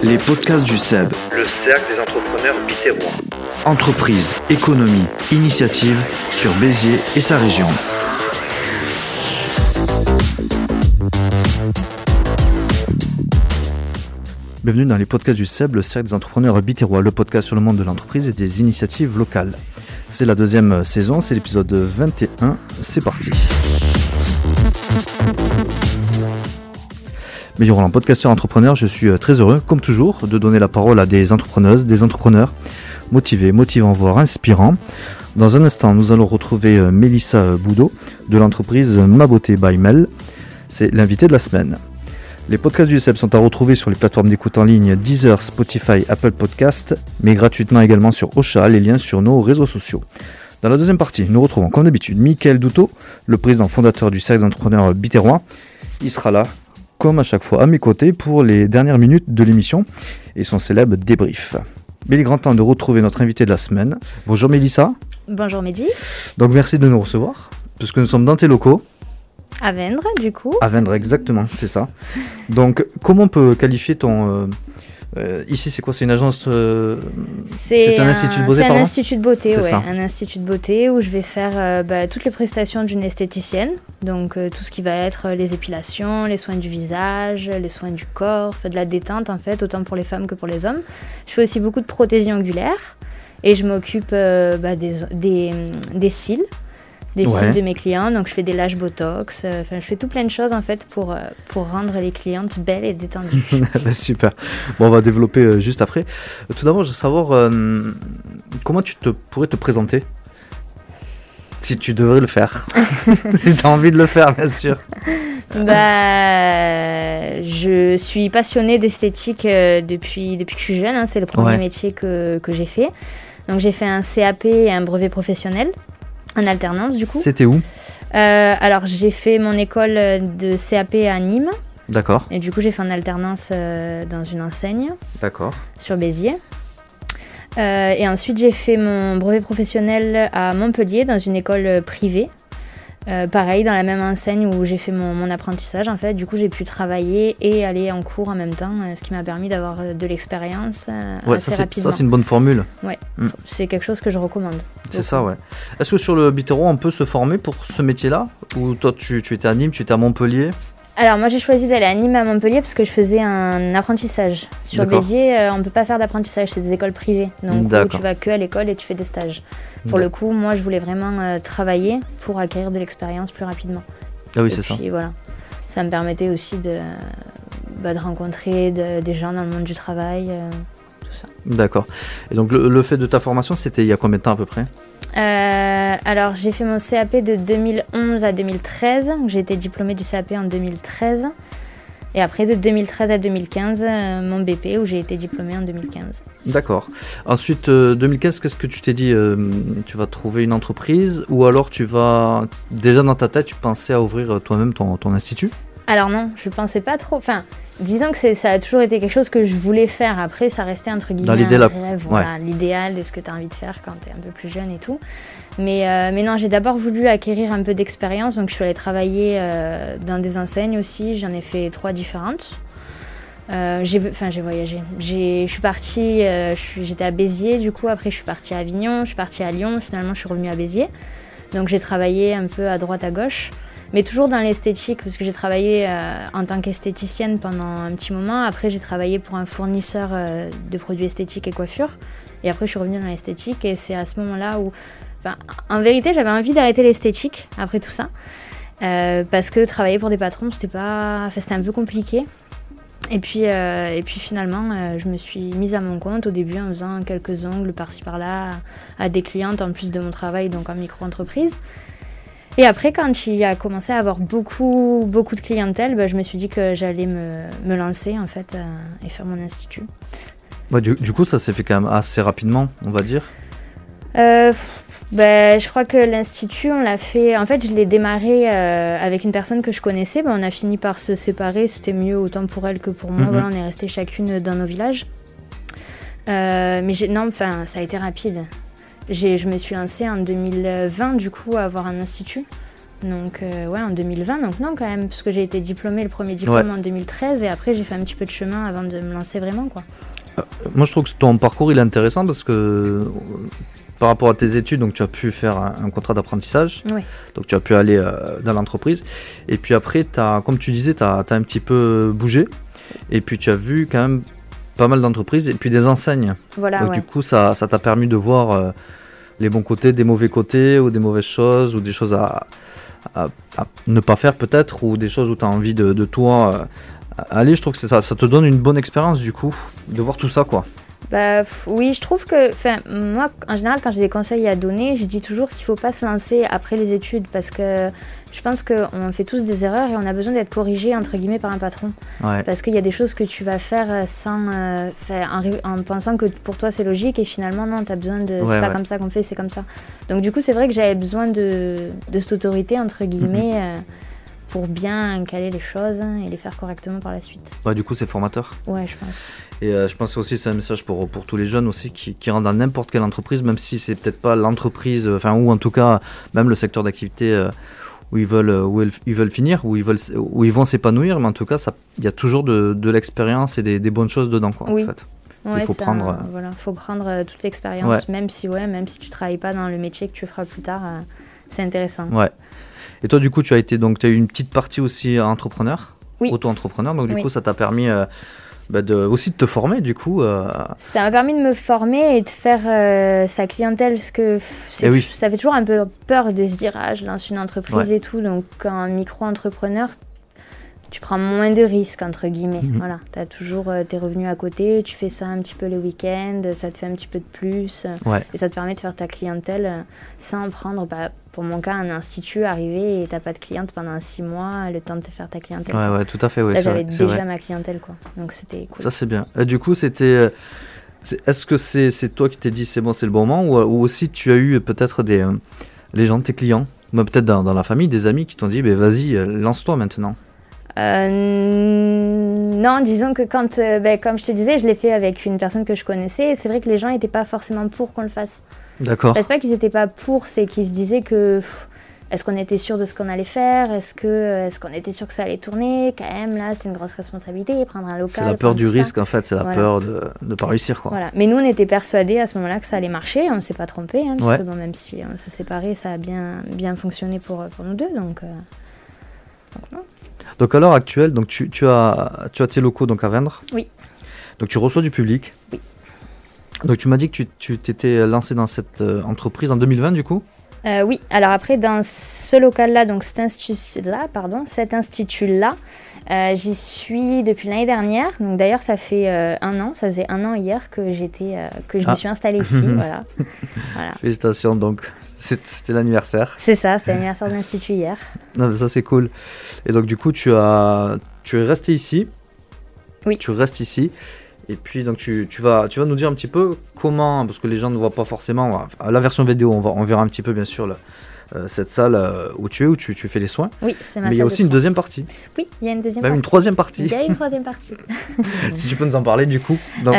Les podcasts du CEB, le cercle des entrepreneurs biterrois. Entreprise, économie, initiative sur Béziers et sa région. Bienvenue dans les podcasts du CEB, le cercle des entrepreneurs biterrois, le podcast sur le monde de l'entreprise et des initiatives locales. C'est la deuxième saison, c'est l'épisode 21, c'est parti. Mélie Roland, podcasteur entrepreneur, je suis très heureux, comme toujours, de donner la parole à des entrepreneuses, des entrepreneurs motivés, motivants, voire inspirants. Dans un instant, nous allons retrouver Mélissa Boudot de l'entreprise Ma Beauté by Mel. C'est l'invité de la semaine. Les podcasts du CEB sont à retrouver sur les plateformes d'écoute en ligne Deezer, Spotify, Apple Podcasts, mais gratuitement également sur Ocha, les liens sur nos réseaux sociaux. Dans la deuxième partie, nous retrouvons comme d'habitude Mickaël Doutot, le président fondateur du cercle d'entrepreneurs biterrois. Il sera là, comme à chaque fois, à mes côtés pour les dernières minutes de l'émission et son célèbre débrief. Mais il est grand temps de retrouver notre invité de la semaine. Bonjour Mélissa. Bonjour Mehdi. Donc merci de nous recevoir, puisque nous sommes dans tes locaux. À Vendre, du coup. À Vendre, exactement, c'est ça. Donc, comment on peut qualifier ton... ici, c'est quoi? C'est une agence... c'est un institut de beauté, C'est un institut de beauté, c'est ouais. ça. Un institut de beauté où je vais faire toutes les prestations d'une esthéticienne. Donc, tout ce qui va être les épilations, les soins du visage, les soins du corps, de la détente, en fait, autant pour les femmes que pour les hommes. Je fais aussi beaucoup de prothésie angulaire et je m'occupe des cils. Des cils de mes clients, donc je fais des lâches botox, je fais tout plein de choses en fait pour rendre les clientes belles et détendues. Super. Bon, on va développer juste après. Tout d'abord, je veux savoir comment tu pourrais te présenter si tu devrais le faire. Si tu as envie de le faire, bien sûr. Je suis passionnée d'esthétique depuis que je suis jeune, hein, c'est le premier métier que j'ai fait. Donc j'ai fait un CAP et un brevet professionnel. En alternance, du coup. C'était où ? Alors, j'ai fait mon école de CAP à Nîmes. D'accord. Et du coup, j'ai fait en alternance dans une enseigne. D'accord. Sur Béziers. Et ensuite, j'ai fait mon brevet professionnel à Montpellier, dans une école privée. Pareil, dans la même enseigne où j'ai fait mon apprentissage, en fait. Du coup, j'ai pu travailler et aller en cours en même temps, ce qui m'a permis d'avoir de l'expérience assez rapidement. Ça, c'est une bonne formule. Ouais, c'est quelque chose que je recommande. C'est ça, ouais. Est-ce que sur le Biterrois, on peut se former pour ce métier-là ? Ou toi, tu étais à Nîmes, tu étais à Montpellier ? Alors moi j'ai choisi d'aller à Nîmes, à Montpellier parce que je faisais un apprentissage. Sur Béziers, on ne peut pas faire d'apprentissage, c'est des écoles privées. Donc où tu vas que à l'école et tu fais des stages. Pour le coup, moi je voulais vraiment travailler pour acquérir de l'expérience plus rapidement. Ah oui, et c'est ça. Et puis voilà, ça me permettait aussi de rencontrer des gens dans le monde du travail, tout ça. D'accord. Et donc le fait de ta formation, c'était il y a combien de temps à peu près ? Alors j'ai fait mon CAP de 2011 à 2013, j'ai été diplômée du CAP en 2013 et après de 2013 à 2015 mon BP où j'ai été diplômée en 2015. D'accord. Ensuite 2015, qu'est-ce que tu t'es dit tu vas trouver une entreprise ou alors tu vas déjà dans ta tête tu pensais à ouvrir toi-même ton institut ? Alors non, je pensais pas trop, disons que ça a toujours été quelque chose que je voulais faire. Après, ça restait entre guillemets un rêve, voilà, l'idéal de ce que tu as envie de faire quand tu es un peu plus jeune et tout. Mais non, j'ai d'abord voulu acquérir un peu d'expérience. Donc, je suis allée travailler dans des enseignes aussi. J'en ai fait 3 différentes. J'ai voyagé. Je suis partie, j'étais à Béziers du coup. Après, je suis partie à Avignon, je suis partie à Lyon. Finalement, je suis revenue à Béziers. Donc, j'ai travaillé un peu à droite, à gauche. Mais toujours dans l'esthétique, parce que j'ai travaillé en tant qu'esthéticienne pendant un petit moment. Après, j'ai travaillé pour un fournisseur de produits esthétiques et coiffure. Et après, je suis revenue dans l'esthétique. Et c'est à ce moment-là où... en vérité, j'avais envie d'arrêter l'esthétique après tout ça. Parce que travailler pour des patrons, c'était un peu compliqué. Et puis finalement, je me suis mise à mon compte au début en faisant quelques ongles par-ci par-là à des clientes en plus de mon travail, donc en micro-entreprise. Et après, quand il a commencé à avoir beaucoup de clientèle, je me suis dit que j'allais me lancer en fait et faire mon institut. Du coup, ça s'est fait quand même assez rapidement, on va dire. Je crois que l'institut, on l'a fait... En fait, je l'ai démarré avec une personne que je connaissais. On a fini par se séparer. C'était mieux autant pour elle que pour moi. Voilà, on est restés chacune dans nos villages. Ça a été rapide. Je me suis lancée en 2020 du coup à avoir un institut. Donc en 2020, donc non quand même, parce que j'ai été diplômée, le premier diplôme en 2013, et après j'ai fait un petit peu de chemin avant de me lancer vraiment, quoi. Moi je trouve que ton parcours il est intéressant parce que par rapport à tes études, donc tu as pu faire un contrat d'apprentissage, donc tu as pu aller dans l'entreprise, et puis après, comme tu disais, tu as un petit peu bougé, et puis tu as vu quand même pas mal d'entreprises, et puis des enseignes. Donc du coup, ça t'a permis de voir les bons côtés, des mauvais côtés, ou des mauvaises choses, ou des choses à ne pas faire peut-être, ou des choses où tu as envie de toi aller. Je trouve que ça te donne une bonne expérience du coup, de voir tout ça, quoi. Bah oui, je trouve que, moi, en général, quand j'ai des conseils à donner, je dis toujours qu'il ne faut pas se lancer après les études, parce que je pense qu'on fait tous des erreurs et on a besoin d'être corrigé, entre guillemets, par un patron. Parce qu'il y a des choses que tu vas faire en pensant que pour toi c'est logique, et finalement non, tu as besoin de... c'est pas comme ça qu'on fait, c'est comme ça. Donc du coup, c'est vrai que j'avais besoin de cette autorité, entre guillemets, pour bien caler les choses et les faire correctement par la suite. Du coup, c'est formateur. Ouais, je pense. Et je pense aussi c'est un message pour tous les jeunes aussi qui rentrent dans n'importe quelle entreprise, même si c'est peut-être pas l'entreprise, ou en tout cas même le secteur d'activité où ils veulent finir, où ils vont s'épanouir, mais en tout cas il y a toujours de l'expérience et des bonnes choses dedans, quoi. Oui. En fait. Il faut prendre toute l'expérience, même si tu travailles pas dans le métier que tu feras plus tard, c'est intéressant. Ouais. Et toi, du coup, tu as eu une petite partie aussi entrepreneur, auto-entrepreneur, donc du coup, ça t'a permis aussi de te former, du coup. Ça m'a permis de me former et de faire sa clientèle, parce que ça fait toujours un peu peur de se dire « je lance une entreprise et tout », donc en micro-entrepreneur, tu prends moins de risques, entre guillemets. Voilà, tu as toujours tes revenus à côté, tu fais ça un petit peu les week-ends, ça te fait un petit peu de plus, et ça te permet de faire ta clientèle sans prendre, pour mon cas, un institut, arriver et t'as pas de cliente pendant 6 mois, le temps de te faire ta clientèle. Ouais, tout à fait. Là, j'avais déjà ma clientèle, quoi. Donc c'était cool. Ça, c'est bien. Et du coup, est-ce que c'est toi qui t'es dit c'est bon, c'est le bon moment, ou aussi tu as eu peut-être les gens de tes clients, peut-être dans la famille, des amis qui t'ont dit vas-y, lance-toi maintenant? Non, disons que quand, comme je te disais, je l'ai fait avec une personne que je connaissais, et c'est vrai que les gens n'étaient pas forcément pour qu'on le fasse. D'accord. C'est pas qu'ils n'étaient pas pour, c'est qu'ils se disaient que est-ce qu'on était sûr de ce qu'on allait faire, est-ce qu'on était sûr que ça allait tourner, quand même là c'était une grosse responsabilité, prendre un local. C'est la peur du risque en fait, c'est la peur de ne pas réussir, quoi. Voilà. Mais nous on était persuadés à ce moment-là que ça allait marcher, on ne s'est pas trompé, parce que même si on s'est séparés, ça a bien fonctionné pour nous deux, donc non. Donc à l'heure actuelle, donc tu as tes locaux donc à vendre. Oui. Donc tu reçois du public. Oui. Donc tu m'as dit que tu t'étais lancé dans cette entreprise en 2020 du coup. Oui, alors après dans ce local-là, donc cet institut-là, j'y suis depuis l'année dernière. Donc d'ailleurs ça fait ça faisait un an hier que je me suis installée ici. Voilà. Félicitations, donc c'était l'anniversaire. C'est ça, c'est l'anniversaire de l'institut hier. Non, mais ça c'est cool. Et donc du coup tu es resté ici. Oui. Tu restes ici. Et puis donc tu vas nous dire un petit peu comment, parce que les gens ne voient pas forcément la version vidéo, on verra un petit peu bien sûr cette salle où tu fais les soins. Oui, c'est ma salle. Mais il y a aussi une deuxième partie. Oui, il y a une deuxième partie. Même une troisième partie. Il y a une troisième partie. Si tu peux nous en parler du coup. Donc.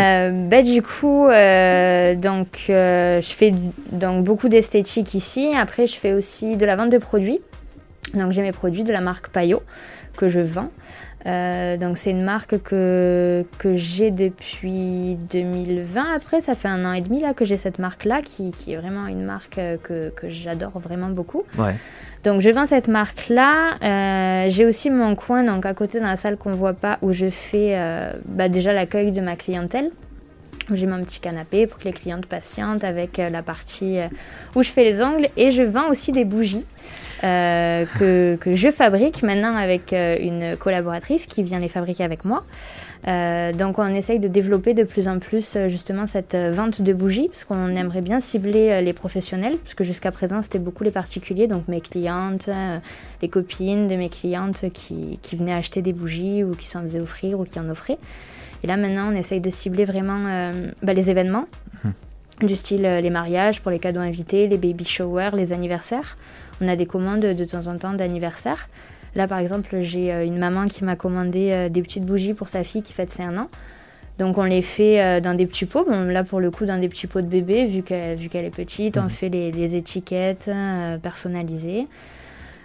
Je fais donc beaucoup d'esthétique ici. Après je fais aussi de la vente de produits. Donc j'ai mes produits de la marque Payot que je vends. Donc c'est une marque que j'ai depuis 2020. Après ça fait 1 an et demi là que j'ai cette marque là qui est vraiment une marque que j'adore vraiment beaucoup. Ouais. Donc je vends cette marque là. J'ai aussi mon coin donc à côté dans la salle qu'on voit pas où je fais déjà l'accueil de ma clientèle. J'ai mon petit canapé pour que les clientes patientent avec la partie où je fais les ongles, et je vends aussi des bougies que je fabrique maintenant avec une collaboratrice qui vient les fabriquer avec moi. Donc on essaye de développer de plus en plus justement cette vente de bougies, parce qu'on aimerait bien cibler les professionnels, parce que jusqu'à présent c'était beaucoup les particuliers, donc mes clientes, les copines de mes clientes qui venaient acheter des bougies ou qui s'en faisaient offrir ou qui en offraient. Et là, maintenant, on essaye de cibler vraiment les événements, du style les mariages pour les cadeaux invités, les baby showers, les anniversaires. On a des commandes de temps en temps d'anniversaires. Là, par exemple, j'ai une maman qui m'a commandé des petites bougies pour sa fille qui fête ses 1 an. Donc, on les fait dans des petits pots. Bon, là, pour le coup, dans des petits pots de bébé, vu qu'elle est petite, on fait les étiquettes personnalisées.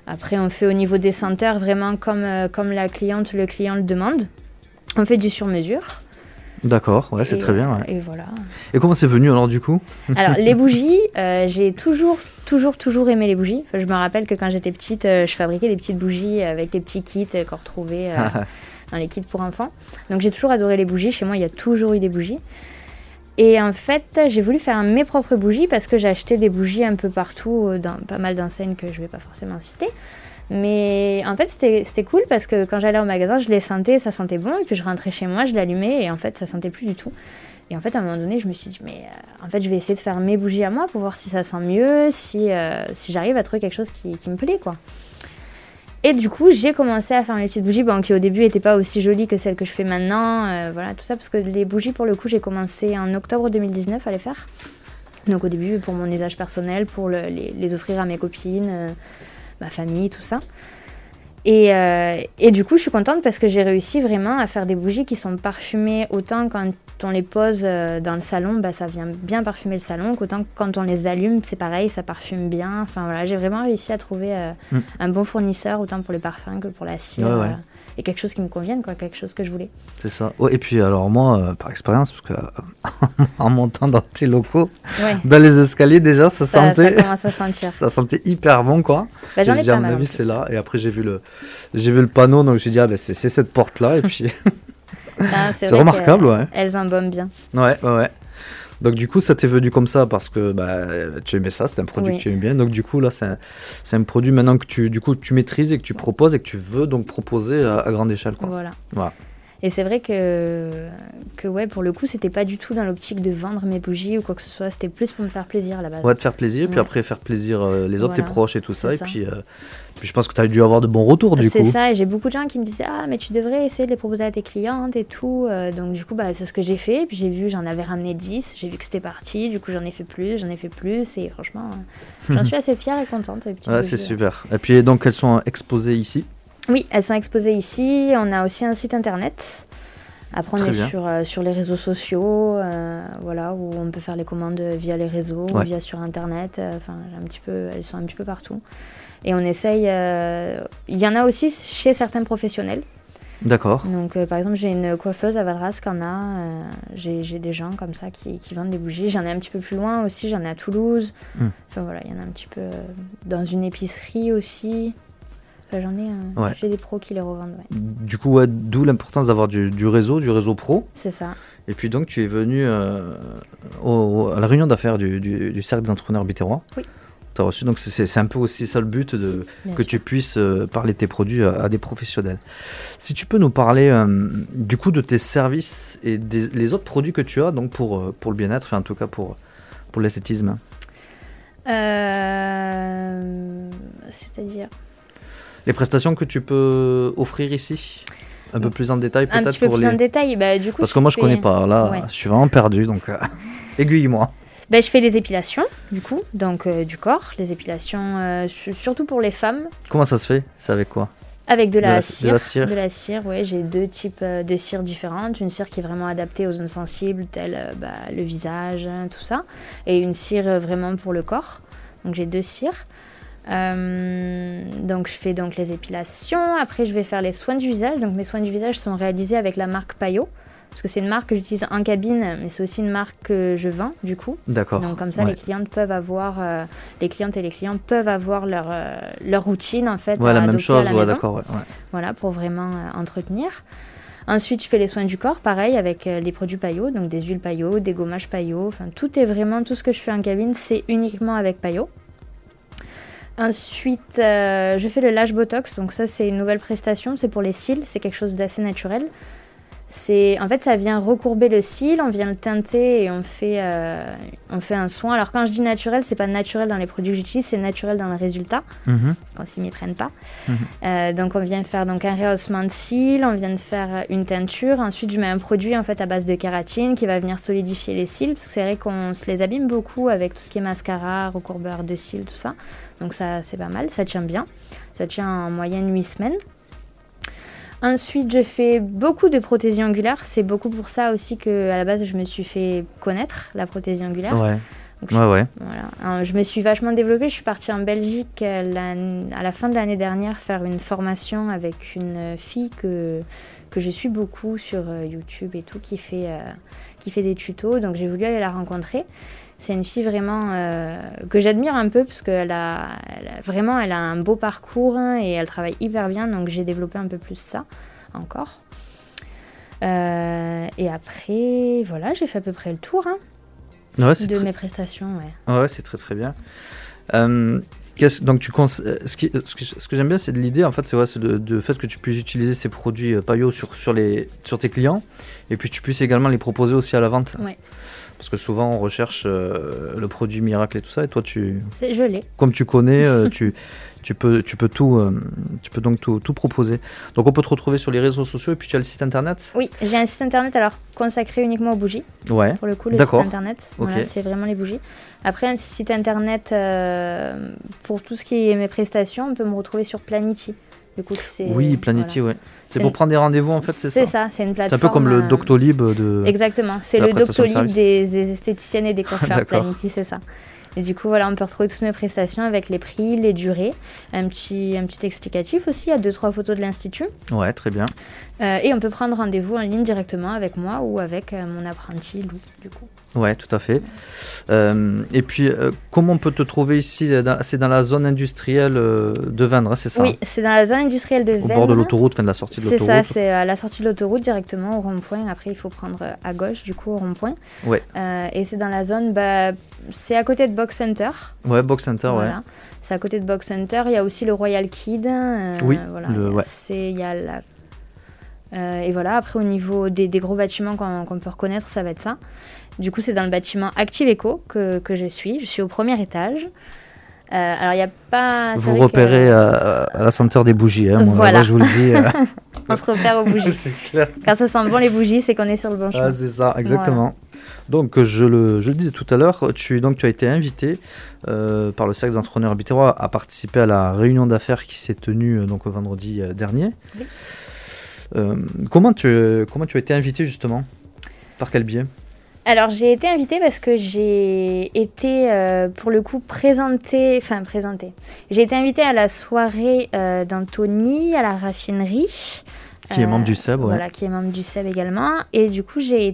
Après, on fait au niveau des senteurs vraiment comme le client le demande. On fait du sur-mesure. D'accord, ouais, c'est très bien. Ouais. Et voilà. Et comment c'est venu alors du coup ? Alors les bougies, j'ai toujours aimé les bougies. Enfin, je me rappelle que quand j'étais petite, je fabriquais des petites bougies avec des petits kits qu'on retrouvait dans les kits pour enfants. Donc j'ai toujours adoré les bougies. Chez moi, il y a toujours eu des bougies. Et en fait, j'ai voulu faire mes propres bougies parce que j'ai acheté des bougies un peu partout, dans pas mal d'enseignes que je ne vais pas forcément citer. Mais en fait, c'était cool parce que quand j'allais au magasin, je les sentais, ça sentait bon. Et puis je rentrais chez moi, je l'allumais et en fait, ça sentait plus du tout. Et en fait, à un moment donné, je me suis dit, mais en fait, je vais essayer de faire mes bougies à moi pour voir si ça sent mieux, si j'arrive à trouver quelque chose qui me plaît, quoi. Et du coup, j'ai commencé à faire mes petites bougies, qui au début n'étaient pas aussi jolies que celles que je fais maintenant. Voilà, tout ça, parce que les bougies, pour le coup, j'ai commencé en octobre 2019 à les faire. Donc au début, pour mon usage personnel, pour les offrir à mes copines, ma famille, tout ça. Et du coup, je suis contente parce que j'ai réussi vraiment à faire des bougies qui sont parfumées autant quand on les pose dans le salon, ça vient bien parfumer le salon, qu'autant quand on les allume, c'est pareil, ça parfume bien. Enfin voilà, j'ai vraiment réussi à trouver un bon fournisseur, autant pour les parfums que pour la cire. Ouais. Et quelque chose qui me convienne, quoi, quelque chose que je voulais. C'est ça. Ouais, et puis alors moi, par expérience, parce que en montant dans tes locaux, dans les escaliers déjà, ça sentait. Ça commence à sentir. Ça sentait hyper bon, quoi. J'en ai pas mal. À mon avis, c'est là. Et après, j'ai vu le panneau, donc je me suis dit, c'est cette porte-là. Et puis, c'est remarquable, ouais. Elles embaument bien. Ouais. Donc du coup, ça t'est venu comme ça parce que tu aimais ça, c'était un produit que tu aimais bien. Donc du coup, là, c'est un produit maintenant que tu maîtrises et que tu proposes et que tu veux donc proposer à grande échelle, quoi. Voilà. Et c'est vrai que pour le coup, c'était pas du tout dans l'optique de vendre mes bougies ou quoi que ce soit. C'était plus pour me faire plaisir à la base. Ouais, de faire plaisir, puis après faire plaisir les autres, tes proches et tout ça. Et puis je pense que tu as dû avoir de bons retours du coup. C'est ça, et j'ai beaucoup de gens qui me disaient « Ah, mais tu devrais essayer de les proposer à tes clientes et tout. » Donc du coup, c'est ce que j'ai fait. Et puis j'ai vu, j'en avais ramené 10. J'ai vu que c'était parti. Du coup, j'en ai fait plus. Et franchement, j'en suis assez fière et contente. Ouais, c'est super. Et puis donc, elles sont exposées ici ? Oui, elles sont exposées ici. On a aussi un site internet. Après, on est sur les réseaux sociaux, où on peut faire les commandes via les réseaux, ou via sur internet. Elles sont un petit peu partout. Et on essaye. Il y en a aussi chez certains professionnels. D'accord. Donc, par exemple, j'ai une coiffeuse à Valras qui en a. J'ai des gens comme ça qui vendent des bougies. J'en ai un petit peu plus loin aussi. J'en ai à Toulouse. Enfin voilà, il y en a un petit peu dans une épicerie aussi. Enfin, j'ai des pros qui les revendent. Ouais. Du coup, d'où l'importance d'avoir du réseau pro. C'est ça. Et puis donc, tu es venu à la réunion d'affaires du Cercle des entrepreneurs biterrois. Oui. Tu as reçu, donc c'est un peu aussi ça le but que tu puisses parler de tes produits à des professionnels. Si tu peux nous parler du coup de tes services et les autres produits que tu as donc pour le bien-être, en tout cas pour l'esthétisme. C'est-à-dire les prestations que tu peux offrir ici, un peu plus en détail peut-être. Un petit peu plus en détail, du coup. Parce que moi je connais pas, là je suis vraiment perdu, donc aiguille-moi. Je fais les épilations, du coup, donc du corps, les épilations surtout pour les femmes. Comment ça se fait ? C'est avec quoi ? Avec de la cire. De la cire, oui. J'ai 2 types de cire différentes. Une cire qui est vraiment adaptée aux zones sensibles, telles le visage, tout ça. Et une cire vraiment pour le corps. Donc j'ai 2 cires. Donc je fais donc les épilations. Après je vais faire les soins du visage. Donc mes soins du visage sont réalisés avec la marque Payot. Parce que c'est une marque que j'utilise en cabine, mais c'est aussi une marque que je vends du coup. D'accord. Donc comme ça, les clientes peuvent avoir, les clientes et les clients peuvent avoir leur routine en fait. La même chose, d'accord. Ouais. Voilà, pour vraiment entretenir. Ensuite, je fais les soins du corps, pareil, avec les produits Payot, donc des huiles Payot, des gommages Payot. Enfin, tout ce que je fais en cabine, c'est uniquement avec Payot. Ensuite, je fais le lash botox, donc ça c'est une nouvelle prestation, c'est pour les cils, c'est quelque chose d'assez naturel. En fait, ça vient recourber le cil, on vient le teinter et on fait un soin. Alors quand je dis naturel, c'est pas naturel dans les produits que j'utilise, c'est naturel dans le résultat, quand ils m'y prennent pas. Donc on vient faire un rehaussement de cils, on vient de faire une teinture. Ensuite, je mets un produit en fait à base de kératine qui va venir solidifier les cils, parce que c'est vrai qu'on se les abîme beaucoup avec tout ce qui est mascara, recourbeur de cils, tout ça. Donc ça, c'est pas mal, ça tient bien. Ça tient en moyenne 8 semaines. Ensuite, je fais beaucoup de prothésie angulaire. C'est beaucoup pour ça aussi qu'à la base, je me suis fait connaître la prothésie angulaire. Ouais. Donc, voilà. Je me suis vachement développée. Je suis partie en Belgique à la fin de l'année dernière faire une formation avec une fille que je suis beaucoup sur YouTube et tout, qui fait des tutos. Donc j'ai voulu aller la rencontrer. C'est une fille vraiment que j'admire un peu parce qu'elle a un beau parcours et elle travaille hyper bien. Donc j'ai développé un peu plus ça encore. Et après, voilà, j'ai fait à peu près le tour de mes prestations. Ouais, c'est très très bien. Donc ce que j'aime bien, c'est de l'idée, en fait, c'est de fait que tu puisses utiliser ces produits Payot sur tes clients, et puis tu puisses également les proposer aussi à la vente. Ouais. Parce que souvent on recherche le produit miracle et tout ça, et toi je l'ai. Comme tu connais, tu peux donc tout proposer. Donc on peut te retrouver sur les réseaux sociaux, et puis tu as le site internet. Oui, j'ai un site internet alors consacré uniquement aux bougies. Ouais. Pour le coup, le site internet, voilà, c'est vraiment les bougies. Après, un site internet pour tout ce qui est mes prestations, on peut me retrouver sur Planity. Du coup, Planity, voilà. Ouais. C'est pour prendre des rendez-vous, en fait, c'est ça. C'est ça, c'est une plateforme. C'est un peu comme le Doctolib de. Exactement, c'est le Doctolib des esthéticiennes et des coiffeurs. Planity, c'est ça. Et du coup, voilà, on peut retrouver toutes mes prestations avec les prix, les durées, un petit explicatif aussi, il y a 2-3 photos de l'Institut. Ouais, très bien. Et on peut prendre rendez-vous en ligne directement avec moi ou avec mon apprenti Lou, du coup. Ouais, tout à fait. Et puis, comment on peut te trouver ici? C'est dans la zone industrielle de Vendre, c'est ça? Oui, c'est dans la zone industrielle de Vendre. Au bord de l'autoroute, de la sortie de l'autoroute. C'est ça, c'est à la sortie de l'autoroute directement au rond-point. Après, il faut prendre à gauche, du coup, au rond-point. Ouais. Et c'est dans la zone, c'est à côté de Box Center. Ouais, Box Center, voilà. Ouais. C'est à côté de Box Center. Il y a aussi le Royal Kid. Oui, voilà. Il y a la... et voilà, après, au niveau des gros bâtiments qu'on peut reconnaître, ça va être ça. Du coup, c'est dans le bâtiment Active Eco que je suis. Je suis au premier étage. Alors, il n'y a pas... Vous repérez à la senteur des bougies. Moi, je vous le dis. On se repère aux bougies. C'est clair. Quand ça sent bon les bougies, c'est qu'on est sur le bon chemin. Ah, c'est ça, exactement. Voilà. Donc, je le disais tout à l'heure, tu as été invité par le Cercle des entrepreneurs biterrois à participer à la réunion d'affaires qui s'est tenue vendredi dernier. Oui. Comment tu as été invité justement? Par quel biais? Alors, j'ai été invitée parce que j'ai été, pour le coup, présentée. J'ai été invitée à la soirée d'Anthony, à la raffinerie. Qui est membre du SEB, ouais. Voilà, qui est membre du SEB également. Et du coup, j'ai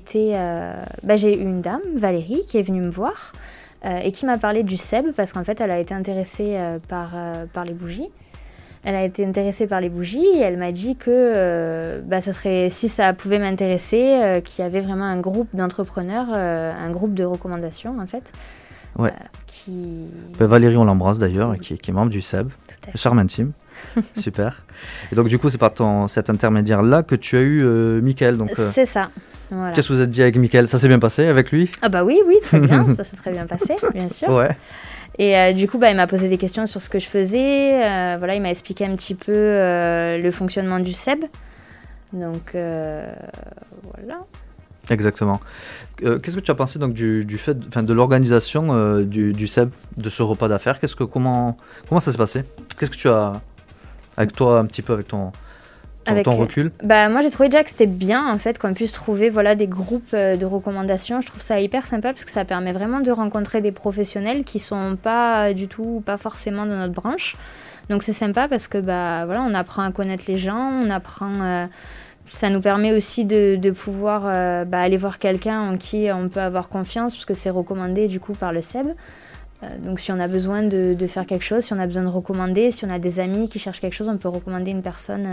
eu une dame, Valérie, qui est venue me voir et qui m'a parlé du SEB parce qu'en fait, elle a été intéressée par les bougies. Elle a été intéressée par les bougies et elle m'a dit que ça serait, si ça pouvait m'intéresser, qu'il y avait vraiment un groupe d'entrepreneurs, un groupe de recommandations en fait. Ouais. Valérie, on l'embrasse d'ailleurs, qui est membre du SEB. Charmant team. Super. Et donc du coup, c'est par cet intermédiaire-là que tu as eu Mickaël. C'est ça. Voilà. Qu'est-ce que vous êtes dit avec Mickaël? Ça s'est bien passé avec lui? Ah bah oui, très bien. Ça s'est très bien passé, bien sûr. Ouais. Et du coup, il m'a posé des questions sur ce que je faisais. Il m'a expliqué un petit peu le fonctionnement du SEB. Donc, voilà. Exactement. Qu'est-ce que tu as pensé donc du fait, de l'organisation du SEB, de ce repas d'affaires? Comment ça s'est passé? Qu'est-ce que tu as, avec toi, un petit peu avec ton recul? Moi, j'ai trouvé déjà que c'était bien en fait qu'on puisse trouver des groupes de recommandations. Je trouve ça hyper sympa parce que ça permet vraiment de rencontrer des professionnels qui sont pas forcément de notre branche. Donc c'est sympa parce que on apprend à connaître les gens, on apprend. Ça nous permet aussi de pouvoir aller voir quelqu'un en qui on peut avoir confiance parce que c'est recommandé du coup par le SEB. Donc si on a besoin de faire quelque chose, si on a besoin de recommander, si on a des amis qui cherchent quelque chose, on peut recommander une personne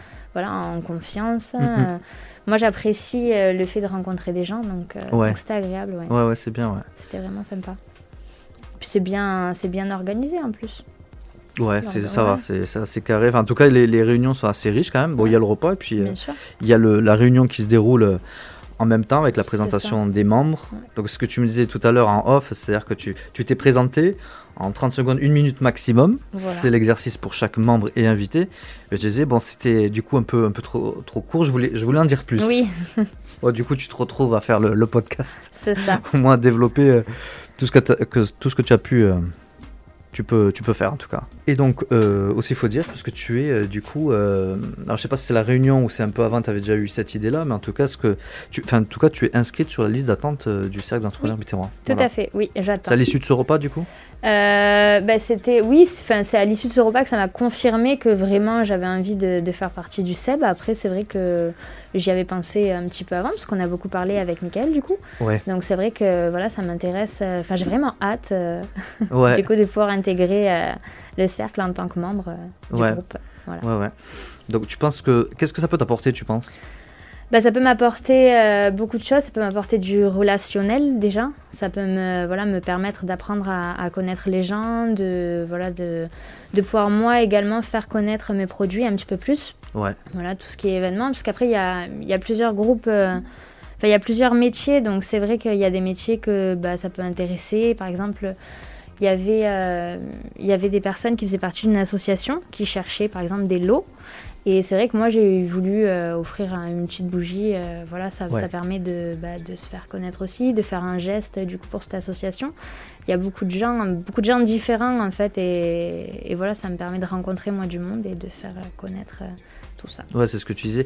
en confiance. Moi j'apprécie le fait de rencontrer des gens, donc c'était agréable. Ouais, c'est bien. Ouais. C'était vraiment sympa. Puis c'est bien organisé en plus. Ouais, ça va, c'est assez carré. En tout cas, les réunions sont assez riches quand même. Bon, il y a le repas et puis il y a la réunion qui se déroule en même temps avec la présentation des membres. Ouais. Donc ce que tu me disais tout à l'heure en off, c'est-à-dire que tu t'es présenté en 30 secondes, 1 minute maximum. Voilà. C'est l'exercice pour chaque membre et invité. Et je disais, c'était du coup un peu trop court. Je voulais en dire plus. Oui. Du coup, tu te retrouves à faire le podcast. C'est ça. Au moins développer tout ce que tu as pu tu peux faire en tout cas. Et donc aussi il faut dire, parce que tu es du coup, alors je sais pas si c'est la réunion ou c'est un peu avant, tu avais déjà eu cette idée-là, mais en tout cas, tu es inscrite sur la liste d'attente du Cercle d'entrepreneurs biterrois. Tout à fait, oui, j'attends. C'est à l'issue de ce repas du coup c'est à l'issue de ce repas que ça m'a confirmé que vraiment j'avais envie de faire partie du CEB. Après, c'est vrai que j'y avais pensé un petit peu avant, parce qu'on a beaucoup parlé avec Mickaël du coup. Ouais. Donc c'est vrai que voilà, ça m'intéresse. Enfin, j'ai vraiment hâte ouais. du coup de pouvoir intégrer le cercle en tant que membre du groupe. Voilà. Ouais. Donc tu penses qu'est-ce que ça peut t'apporter, tu penses ? Ça peut m'apporter beaucoup de choses. Ça peut m'apporter du relationnel déjà. Ça peut me permettre d'apprendre à connaître les gens, de pouvoir moi également faire connaître mes produits un petit peu plus. Ouais. Voilà, tout ce qui est événement. Parce qu'après, il y a plusieurs groupes, il y a plusieurs métiers. Donc c'est vrai qu'il y a des métiers que ça peut intéresser. Par exemple, il y avait des personnes qui faisaient partie d'une association qui cherchaient par exemple des lots. Et c'est vrai que moi, j'ai voulu offrir une petite bougie. Ça permet de se faire connaître aussi, de faire un geste du coup pour cette association. Il y a beaucoup de gens différents en fait. Et voilà, ça me permet de rencontrer moi du monde et de faire connaître tout ça. Ouais, c'est ce que tu disais.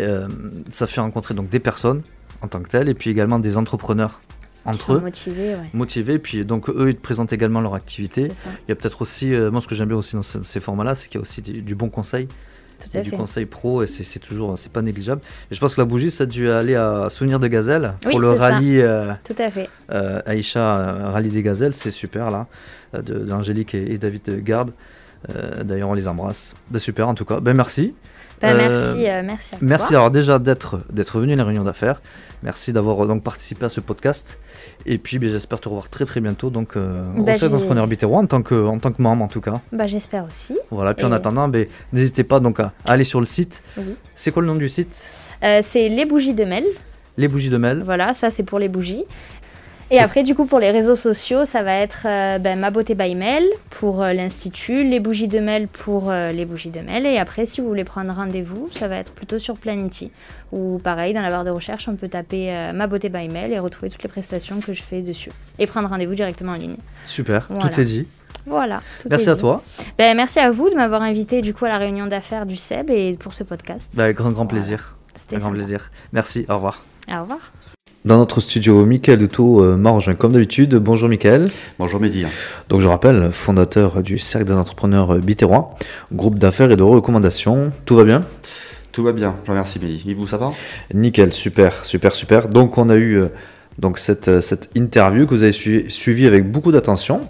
Ça fait rencontrer donc des personnes en tant que telles et puis également des entrepreneurs entre eux. Motivés. Puis donc eux, ils te présentent également leur activité. Il y a peut-être aussi, moi ce que j'aime bien aussi dans ces formats-là, c'est qu'il y a aussi du bon conseil. Du conseil pro, et c'est pas négligeable. Et je pense que la bougie, ça a dû aller à Souvenir de Gazelle pour le rallye. Tout à fait. Aïcha, rallye des gazelles, c'est super là, d'Angélique et David Garde. D'ailleurs, on les embrasse. Super en tout cas. Merci. Merci à toi. Merci alors déjà d'être venu à la réunion d'affaires. Merci d'avoir donc participé à ce podcast. Et puis j'espère te revoir très très bientôt donc au Cercle d'entrepreneurs biterrois en tant que membre en tout cas. J'espère aussi. Voilà, puis en attendant, n'hésitez pas donc à aller sur le site. Oui. C'est quoi le nom du site ? C'est Les Bougies de Mel. Les Bougies de Mel. Voilà, ça c'est pour les bougies. Et après, du coup, pour les réseaux sociaux, ça va être Ma Beauté by Mel pour l'Institut, Les Bougies de Mel pour les Bougies de Mel. Et après, si vous voulez prendre rendez-vous, ça va être plutôt sur Planity. Ou pareil, dans la barre de recherche, on peut taper Ma Beauté by Mel et retrouver toutes les prestations que je fais dessus. Et prendre rendez-vous directement en ligne. Super, voilà. Tout est dit. Voilà. Merci à toi. Merci à vous de m'avoir invité du coup à la réunion d'affaires du CEB et pour ce podcast. Grand plaisir. C'était un grand plaisir. Merci, au revoir. Au revoir. Dans notre studio, Mickaël Doutot m'a rejoint comme d'habitude. Bonjour Mickaël. Bonjour Mehdi. Donc je rappelle, fondateur du Cercle des entrepreneurs biterrois, groupe d'affaires et de recommandations. Tout va bien ? Tout va bien, je vous remercie Mehdi. Et vous, ça va ? Nickel, super. Donc on a eu cette interview que vous avez suivie avec beaucoup d'attention.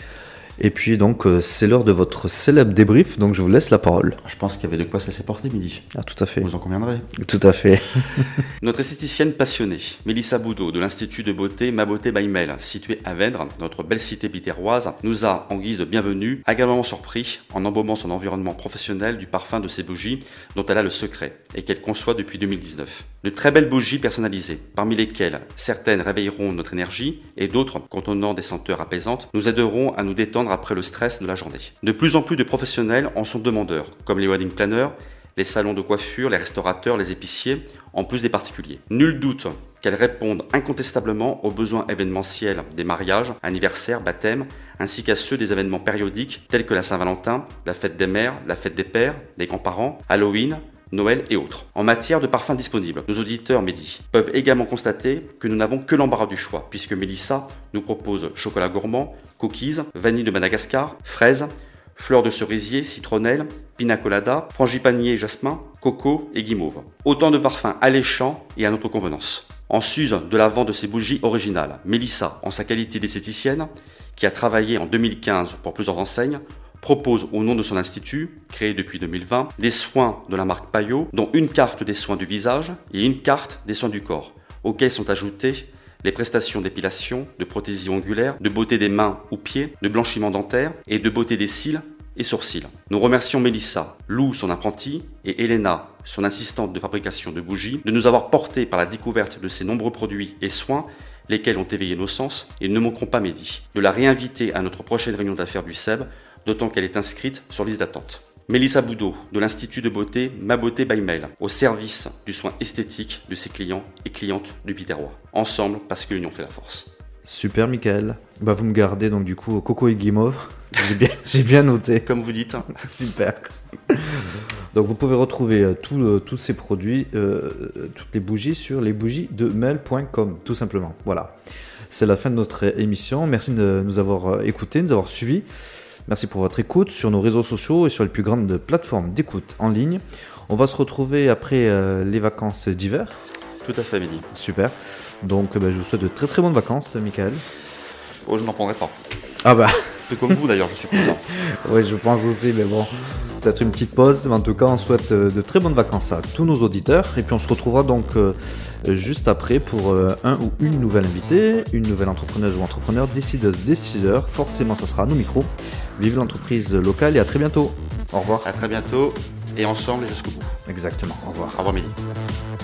Et puis donc c'est l'heure de votre célèbre débrief, donc je vous laisse la parole. Je pense qu'il y avait de quoi se laisser porter, Mehdi. Ah, tout à fait. Vous en conviendrez. Tout à fait. Notre esthéticienne passionnée, Mélissa Boudot de l'Institut de beauté Ma Beauté by Mel, situé à Vèdres, notre belle cité biterroise, nous a, en guise de bienvenue, agréablement surpris en embaumant son environnement professionnel du parfum de ses bougies dont elle a le secret et qu'elle conçoit depuis 2019. De très belles bougies personnalisées, parmi lesquelles certaines réveilleront notre énergie et d'autres, contenant des senteurs apaisantes, nous aideront à nous détendre après le stress de la journée. De plus en plus de professionnels en sont demandeurs, comme les wedding planners, les salons de coiffure, les restaurateurs, les épiciers, en plus des particuliers. Nul doute qu'elles répondent incontestablement aux besoins événementiels des mariages, anniversaires, baptêmes, ainsi qu'à ceux des événements périodiques tels que la Saint-Valentin, la fête des mères, la fête des pères, des grands-parents, Halloween, Noël et autres. En matière de parfums disponibles, nos auditeurs Mehdi peuvent également constater que nous n'avons que l'embarras du choix, puisque Mélissa nous propose chocolat gourmand, cookies, vanille de Madagascar, fraises, fleurs de cerisier, citronnelle, pina colada, frangipanier, jasmin, coco et guimauve. Autant de parfums alléchants et à notre convenance. En sus de la vente de ces bougies originales, Mélissa, en sa qualité d'esthéticienne, qui a travaillé en 2015 pour plusieurs enseignes, propose au nom de son institut, créé depuis 2020, des soins de la marque Payot, dont une carte des soins du visage et une carte des soins du corps, auxquels sont ajoutées les prestations d'épilation, de prothésie ongulaire, de beauté des mains ou pieds, de blanchiment dentaire et de beauté des cils et sourcils. Nous remercions Mélissa, Lou, son apprenti, et Elena, son assistante de fabrication de bougies, de nous avoir portés par la découverte de ces nombreux produits et soins lesquels ont éveillé nos sens, et ne manquerons pas Mehdi de la réinviter à notre prochaine réunion d'affaires du CEB, d'autant qu'elle est inscrite sur liste d'attente. Mélissa Boudot, de l'Institut de beauté Ma Beauté by Mel, au service du soin esthétique de ses clients et clientes du Biterrois. Ensemble, parce que l'union fait la force. Super, Michael. Vous me gardez donc du coup Coco et Guimauve. J'ai bien noté. Comme vous dites. Super. Donc vous pouvez retrouver tous ces produits, toutes les bougies sur lesbougiesdemel.com, tout simplement. Voilà. C'est la fin de notre émission. Merci de nous avoir écoutés, de nous avoir suivis. Merci pour votre écoute sur nos réseaux sociaux et sur les plus grandes plateformes d'écoute en ligne. On va se retrouver après les vacances d'hiver. Tout à fait, Mehdi. Super. Donc je vous souhaite de très très bonnes vacances, Michael. Oh, je n'en prendrai pas. Ah bah. Un peu comme vous d'ailleurs, je suis content. Oui, je pense aussi, mais bon, peut-être une petite pause. Mais en tout cas, on souhaite de très bonnes vacances à tous nos auditeurs. Et puis on se retrouvera donc juste après pour un ou une nouvelle invitée, une nouvelle entrepreneuse ou entrepreneur, décideuse, décideur. Forcément, ça sera à nos micros. Vive l'entreprise locale et à très bientôt. Au revoir. À très bientôt et ensemble et jusqu'au bout. Exactement. Au revoir. Au revoir, Mehdi.